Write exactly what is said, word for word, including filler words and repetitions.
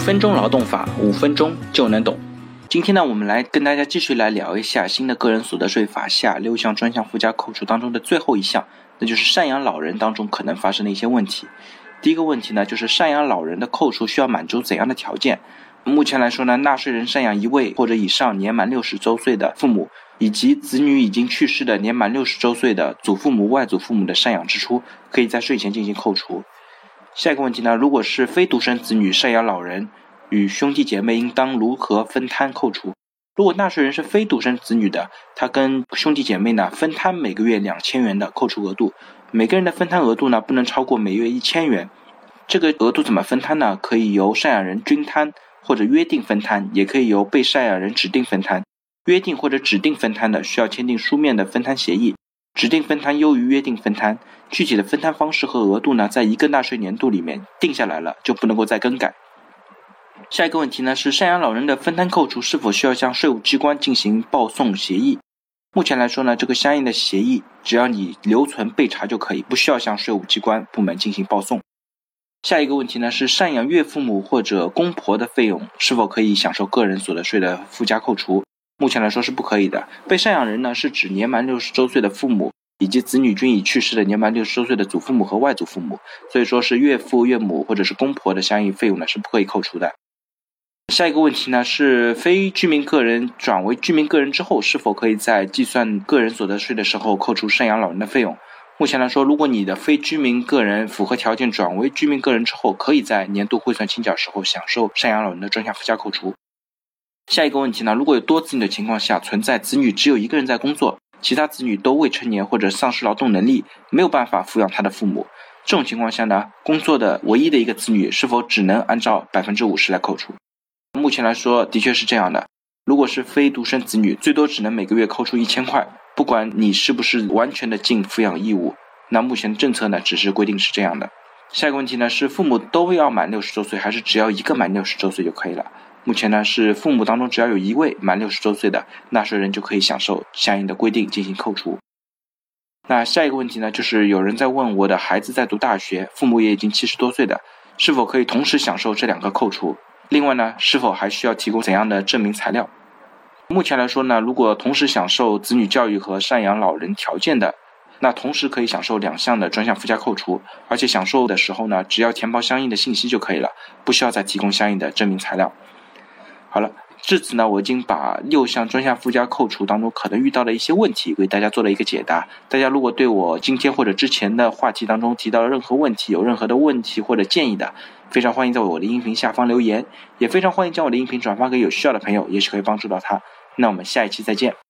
分钟劳动法，五分钟就能懂。今天呢，我们来跟大家继续来聊一下新的个人所得税法下六项专项附加扣除当中的最后一项，那就是赡养老人当中可能发生的一些问题。第一个问题呢，就是赡养老人的扣除需要满足怎样的条件？目前来说呢，纳税人赡养一位或者以上年满六十周岁的父母，以及子女已经去世的年满六十周岁的祖父母、外祖父母的赡养支出，可以在税前进行扣除。下一个问题呢，如果是非独生子女赡养老人，与兄弟姐妹应当如何分摊扣除？如果纳税人是非独生子女的，他跟兄弟姐妹呢分摊每个月两千元的扣除额度，每个人的分摊额度呢不能超过每月一千元。这个额度怎么分摊呢？可以由赡养人均摊或者约定分摊，也可以由被赡养人指定分摊。约定或者指定分摊的，需要签订书面的分摊协议。指定分摊优于约定分摊，具体的分摊方式和额度呢，在一个纳税年度里面定下来了，就不能够再更改。下一个问题呢，是赡养老人的分摊扣除是否需要向税务机关进行报送协议？目前来说呢，这个相应的协议只要你留存备查就可以，不需要向税务机关部门进行报送。下一个问题呢，是赡养岳父母或者公婆的费用是否可以享受个人所得税的附加扣除？目前来说是不可以的。被赡养人呢，是指年满六十周岁的父母，以及子女均已去世的年满六十周岁的祖父母和外祖父母，所以说是岳父岳母或者是公婆的相应费用呢是不可以扣除的。下一个问题呢，是非居民个人转为居民个人之后，是否可以在计算个人所得税的时候扣除赡养老人的费用？目前来说，如果你的非居民个人符合条件转为居民个人之后，可以在年度汇算清缴时候享受赡养老人的专项附加扣除。下一个问题呢，如果有多子女的情况下，存在子女只有一个人在工作，其他子女都未成年或者丧失劳动能力，没有办法抚养他的父母，这种情况下呢，工作的唯一的一个子女是否只能按照 百分之五十 来扣除？目前来说的确是这样的，如果是非独生子女，最多只能每个月扣除一千块，不管你是不是完全的尽抚养义务，那目前政策呢只是规定是这样的。下一个问题呢，是父母都要满六十周岁，还是只要一个满六十周岁就可以了？目前呢，是父母当中只要有一位满六十周岁的，纳税人就可以享受相应的规定进行扣除。那下一个问题呢，就是有人在问，我的孩子在读大学，父母也已经七十多岁的，是否可以同时享受这两个扣除？另外呢，是否还需要提供怎样的证明材料？目前来说呢，如果同时享受子女教育和赡养老人条件的，那同时可以享受两项的专项附加扣除，而且享受的时候呢，只要填报相应的信息就可以了，不需要再提供相应的证明材料。好了，至此呢，我已经把六项专项附加扣除当中可能遇到的一些问题为大家做了一个解答。大家如果对我今天或者之前的话题当中提到了任何问题，有任何的问题或者建议的，非常欢迎在我的音频下方留言，也非常欢迎将我的音频转发给有需要的朋友，也许可以帮助到他。那我们下一期再见。